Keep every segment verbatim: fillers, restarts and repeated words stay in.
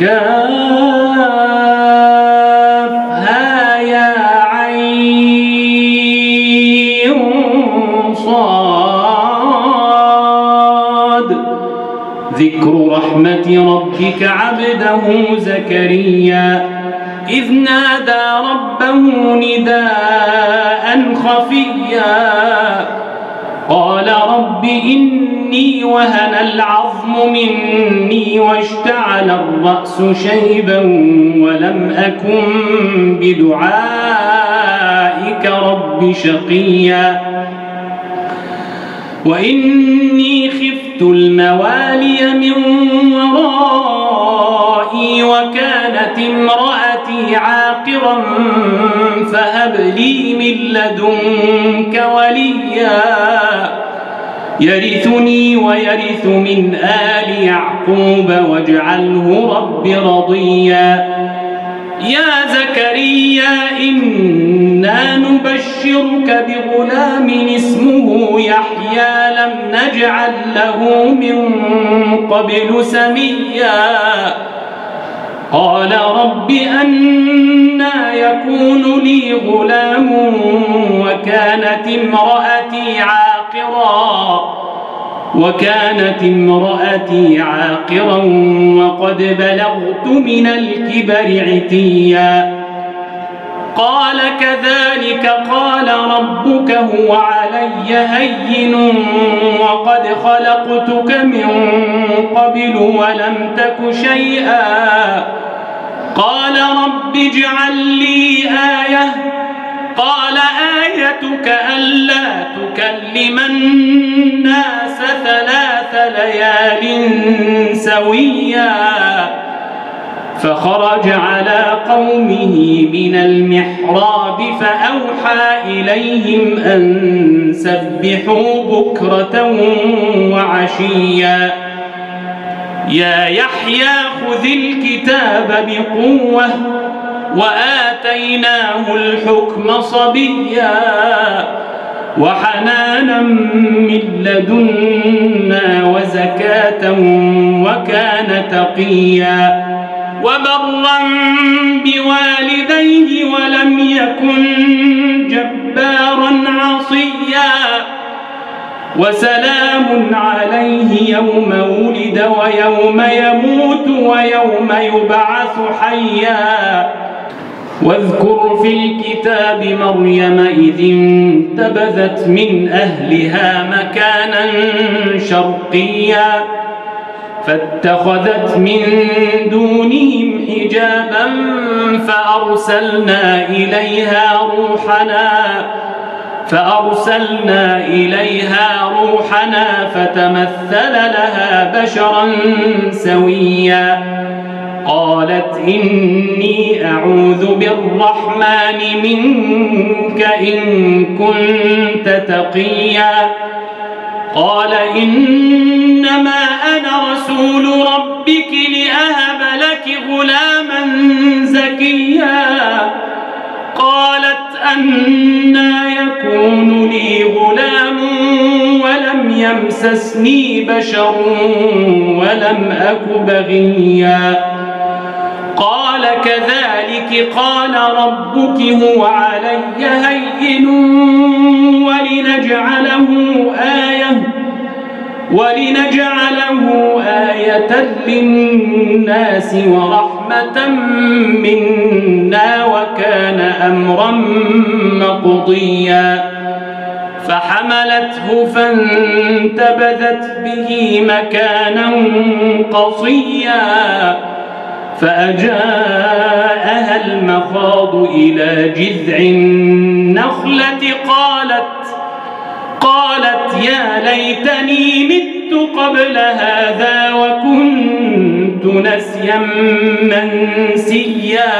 كافها يا عين صاد. ذكر رحمة ربك عبده زكريا إذ نادى ربه نداء خفيا قال رب إني وهن العظم مني واشتعل الرأس شيبا ولم أكن بدعائك رب شقيا وإني خفت الموالي من ورائي وكانت امرأتي عاقرا فهب لي من لدنك وليا يرثني ويرث من آل يعقوب واجعله رب رضيا. يا زكريا إنا نبشرك بغلام اسمه يحيى لم نجعل له من قبل سميا قال رب أنى يكون لي غلام وكانت امرأتي عاقرا وكانت امرأتي عاقرا وقد بلغت من الكبر عتيا قال كذلك قال ربك هو علي هين وقد خلقتك من قبل ولم تك شيئا قال رب اجعل لي آية قال آيتك ألا تكلم الناس ثلاث ليال سويا فخرج على قومه من المحراب فأوحى إليهم أن سبحوا بكرة وعشيا يا يحيى خذ الكتاب بقوة وآتيناه الحكم صبيا وحنانا من لدنا وزكاة وكان تقيا وبرا بوالديه ولم يكن جبارا عصيا وسلام عليه يوم ولد ويوم يموت ويوم يبعث حيا واذكر في الكتاب مريم إذ انتبذت من أهلها مكانا شرقيا فاتخذت من دونهم حجابا فأرسلنا إليها روحنا فأرسلنا إليها روحنا فتمثل لها بشرا سويا قالت إني أعوذ بالرحمن منك إن كنت تقيا قال إنما أنا رسول ربك لأهب لك غلاما زكيا قالت أنى يكون لي غلام ولم يمسسني بشر ولم أك بغيا قال كذلك قال ربك هو علي هين ولنجعله آية ولنجعله آية للناس ورحمة منا وكان أمرا مقضيا فحملته فانتبذت به مكانا قصيا فأجاءها المخاض إلى جذع النخلة قالت قالت يا ليتني مت قبل هذا وكنت نسيا منسيا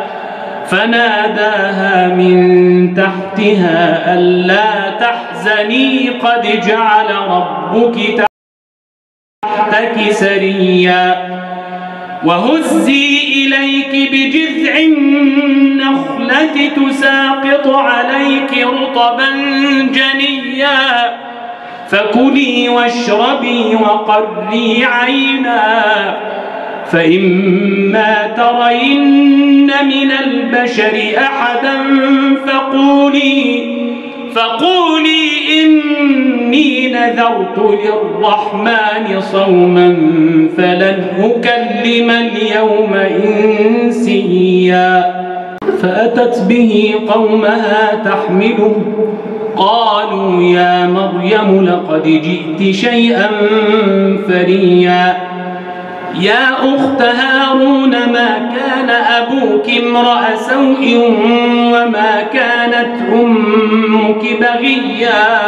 فناداها من تحتها ألا تحزني قد جعل ربك تحتك سريا وهزي إليك بجذع النخلة تساقط عليك رطبا جنيا فكلي واشربي وقري عينا فإما ترين من البشر أحدا فقولي فقولي إني نذرت للرحمن صوما فلن أكلم اليوم إنسيا فأتت به قومها تحمله قالوا يا مريم لقد جئت شيئا فريا يا أخت هارون ما كان أبوك امرأ سوء وما كانت أمك بغيا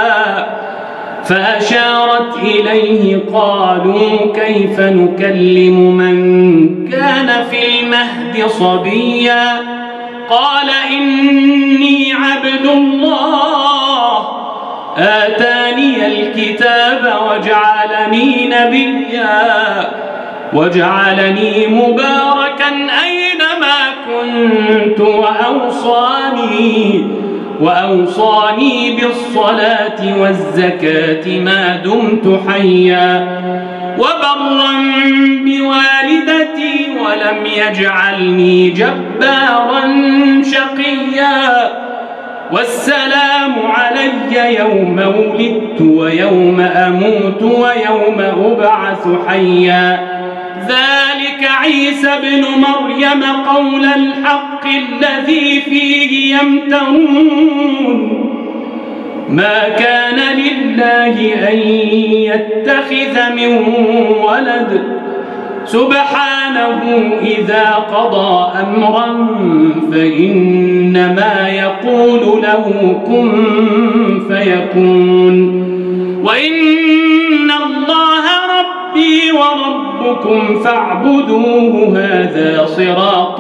فأشارت إليه قالوا كيف نكلم من كان في المهد صبيا قال إني عبد الله آتاني الكتاب وجعلني نبيا وجعلني مباركا أينما كنت وأوصاني وأوصاني بالصلاة والزكاة ما دمت حيا وبرا بوالدتي ولم يجعلني جبارا شقيا والسلام علي يوم ولدت ويوم أموت ويوم أبعث حيا ذلك عيسى ابن مريم قول الحق الذي فيه يمترون ما كان لله أن يتخذ من ولد سبحانه إذا قضى أمرا فإنما يقول له كن فيكون وإن الله ربي وربكم فاعبدوه هذا صراط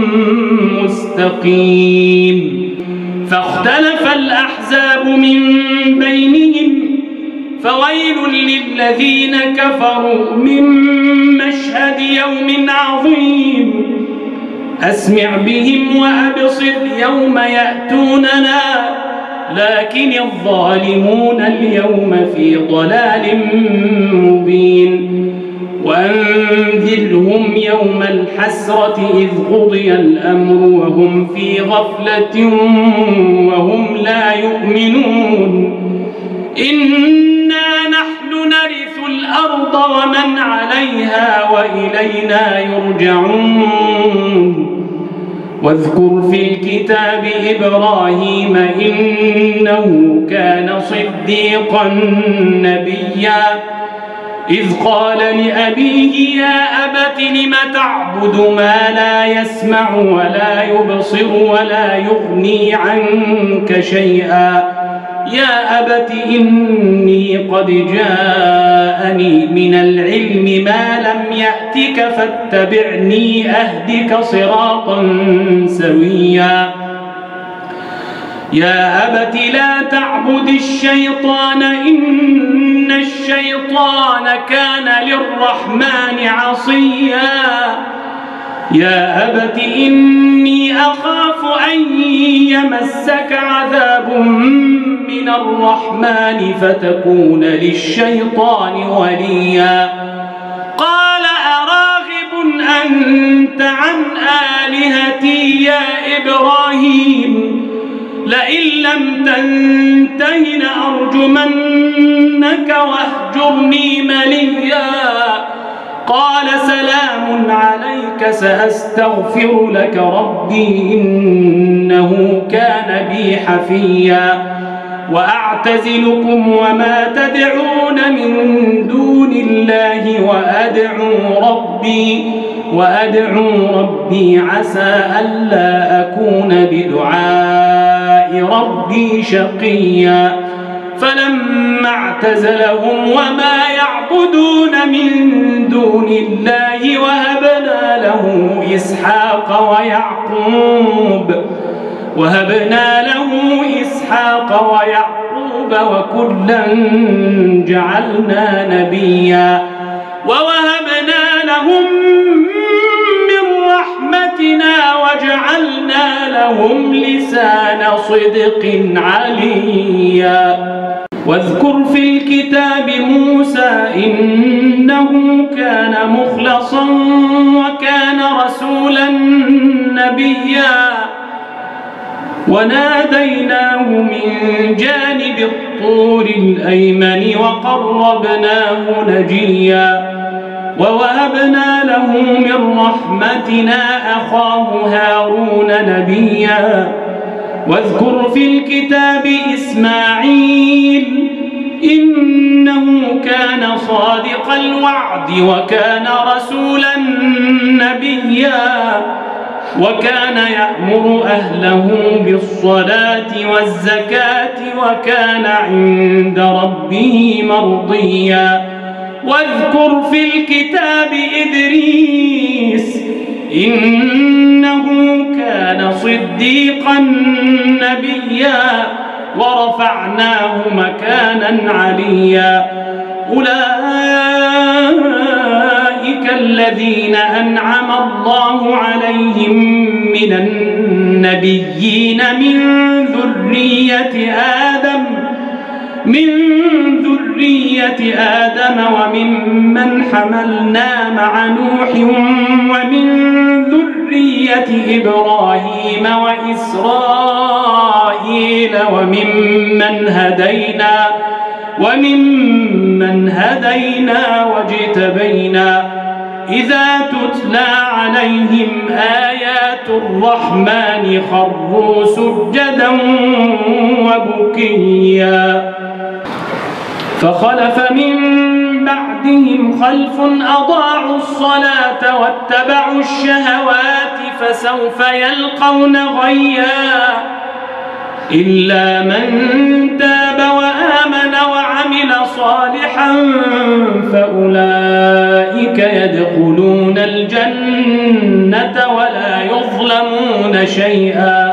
مستقيم فاختلف الأحزاب من بينهم فويل للذين كفروا من مشهد يوم عظيم أسمع بهم وأبصر يوم يأتوننا لكن الظالمون اليوم في ضلال مبين وأنذرهم يوم الحسرة إذ قضي الأمر وهم في غفلة وهم لا يؤمنون إنا نحن نرث الأرض ومن عليها وإلينا يرجعون واذكر في الكتاب إبراهيم إنه كان صديقا نبيا إذ قال لأبيه يا أبت لم تعبد ما لا يسمع ولا يبصر ولا يغني عنك شيئا يا أبت إني قد جاءني من العلم ما لم يأتك فاتبعني أهدك صراطا سويا يا أبت لا تعبد الشيطان إن الشيطان كان للرحمن عصيا يا أبت إني أخاف أن يمسك عذاب من الرحمن فتكون للشيطان وليا قال أراغب أنت عن آلهتي يا إبراهيم لئن لم تنته لأرجمنك واهجرني مليا قال سلام عليك سأستغفر لك ربي إنه كان بي حفيا وأعتزلكم وما تدعون من دون الله وأدعو ربي وأدعو ربي عسى ألا أكون بدعاء ربي شقيا فلما اعتزلهم وما يعبدون من دون الله وهبنا له إسحاق ويعقوب وهبنا له إسحاق ويعقوب وكلا جعلنا نبيا ووهبنا لهم من رحمتنا وجعلنا لهم لسان صدق عليا واذكر في الكتاب موسى إنه كان مخلصا رسولا نبيا وناديناه من جانب الطور الأيمن وقربناه نجيا ووهبنا له من رحمتنا أخاه هارون نبيا واذكر في الكتاب إسماعيل إنه كان صادق الوعد وكان رسولا نبيا وكان يأمر أهله بالصلاة والزكاة وكان عند ربه مرضيا واذكر في الكتاب إدريس إنه كان صديقا نبيا ورفعناه مكانا عليا أولئك الذين أنعم الله عليهم من النبيين من ذرية آدم من ذرية آدم وممن حملنا مع نوح ومن ذرية إبراهيم وإسرائيل وممن هدينا وممن هدينا واجتبينا إذا تتلى عليهم آيات الرحمن خروا سجدا وبكيا فخلف من بعدهم خلف أضاعوا الصلاة واتبعوا الشهوات فسوف يلقون غيا إلا من تاب وآمن وعمل صالحا فأولئك يدخلون الجنة ولا يظلمون شيئا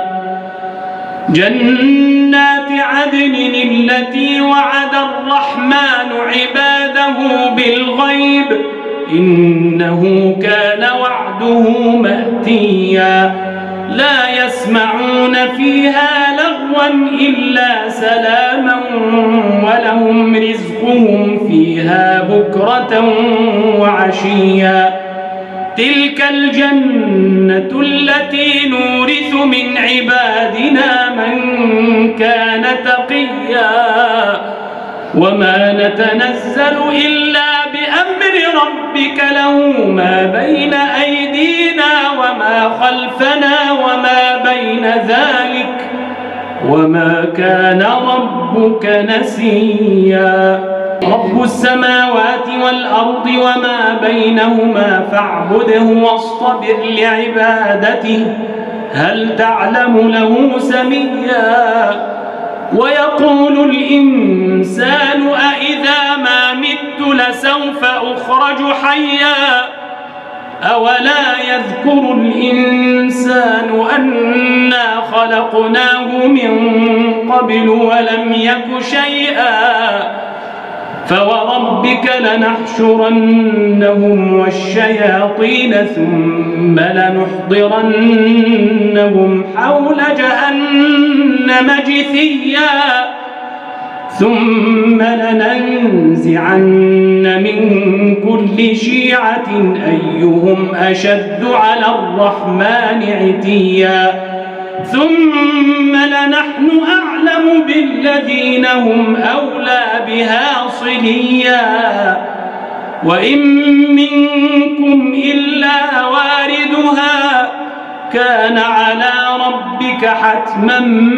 جنات عدن التي وعد الرحمن عباده بالغيب إنه كان وعده مأتيا لا يسمعون فيها لغوا إلا سلاما ولهم رزقهم فيها بكرة وعشيا تلك الجنة التي نورث من عبادنا من كان تقيا وما نتنزل إلا بأمر ربك له ما بين أيدينا وما خلفنا وما بين ذلك وما كان ربك نسيا رب السماوات والأرض وما بينهما فاعبده واصطبر لعبادته هل تعلم له سميا ويقول الإنسان أإذا ما مت لسوف أخرج حيا أولا يذكر الإنسان أنا خلقناه من قبل ولم يك شيئا فوربك لنحشرنهم والشياطين ثم لنحضرنهم حول جهنم جثيا ثم لننزعن من كل شيعة أيهم أشد على الرحمن عتيا ثم لنحن أعلم بالذين هم أولى بها صليا وإن منكم إلا واردها كان على ربك حتما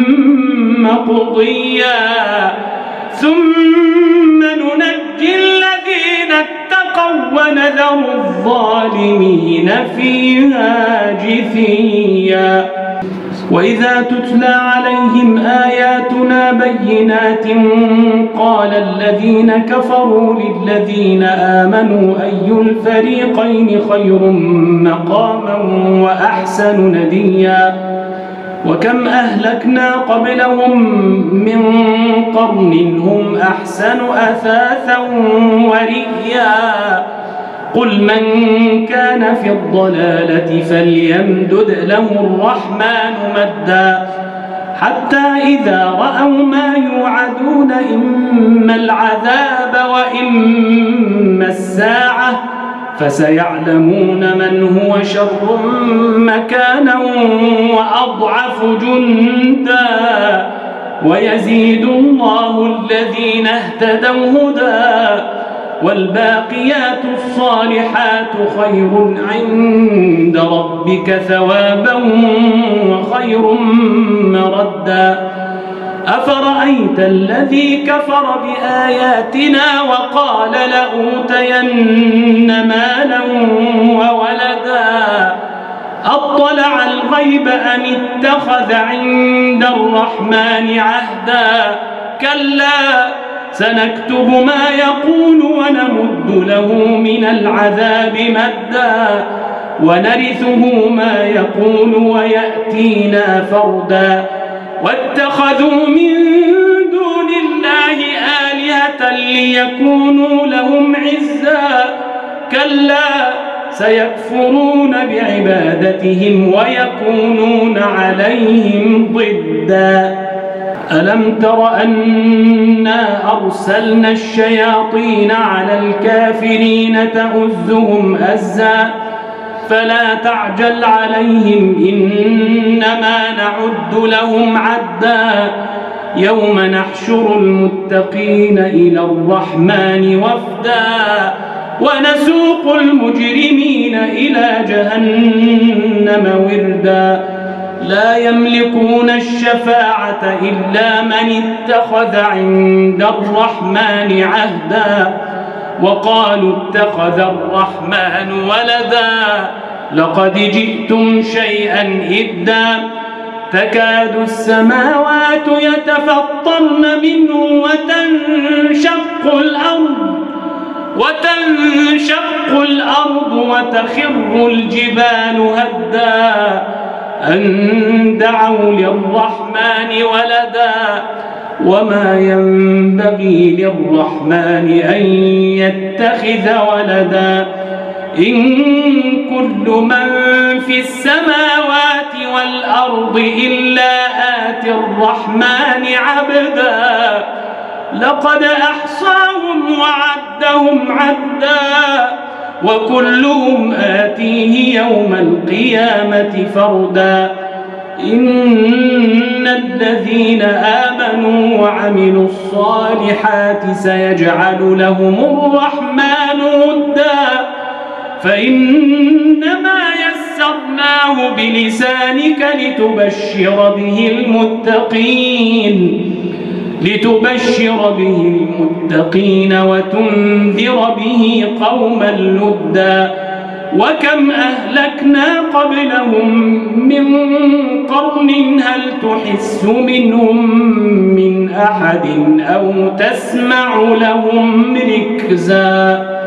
مقضيا ثم ننجي الذين اتقوا ونذر الظالمين فيها جثيا وإذا تتلى عليهم آياتنا بينات قال الذين كفروا للذين آمنوا أي الفريقين خير مقاما وأحسن نديا وكم أهلكنا قبلهم من قرن هم أحسن أثاثا ورئيا قل من كان في الضلالة فليمدد له الرحمن مدا حتى إذا رأوا ما يوعدون إما العذاب وإما الساعة فسيعلمون من هو شر مكانا وأضعف جندا ويزيد الله الذين اهتدوا هدى والباقيات الصالحات خير عند ربك ثوابا وخير مردا أفرأيت الذي كفر بآياتنا وقال لأوتين مالا وولدا أطلع الغيب أم اتخذ عند الرحمن عهدا كلا سنكتب ما يقول ونمد له من العذاب مدا ونرثه ما يقول ويأتينا فردا واتخذوا من دون الله آلهة ليكونوا لهم عزا كلا سيكفرون بعبادتهم ويكونون عليهم ضدا ألم تر أنا أرسلنا الشياطين على الكافرين تؤزهم أزا فلا تعجل عليهم إنما نعد لهم عدا يوم نحشر المتقين إلى الرحمن وفدا ونسوق المجرمين إلى جهنم وردا لا يملكون الشفاعة إلا من اتخذ عند الرحمن عهدا وقالوا اتخذ الرحمن ولدا لقد جئتم شيئا إدا تكاد السماوات يتفطرن منه وتنشق الأرض وتنشق الأرض وتخر الجبال هدا أن دعوا للرحمن ولدا وما ينبغي للرحمن أن يتخذ ولدا إن كل من في السماوات والأرض إلا آتي الرحمن عبدا لقد أحصاهم وعدهم عدا وكلهم آتيه يوم القيامة فردا إن الذين آمنوا وعملوا الصالحات سيجعل لهم الرحمن ودا فإنما يسرناه بلسانك لتبشر به المتقين لتبشر به المتقين وتنذر به قوما لدا وكم أهلكنا قبلهم من قرن هل تحس منهم من أحد أو تسمع لهم ركزا.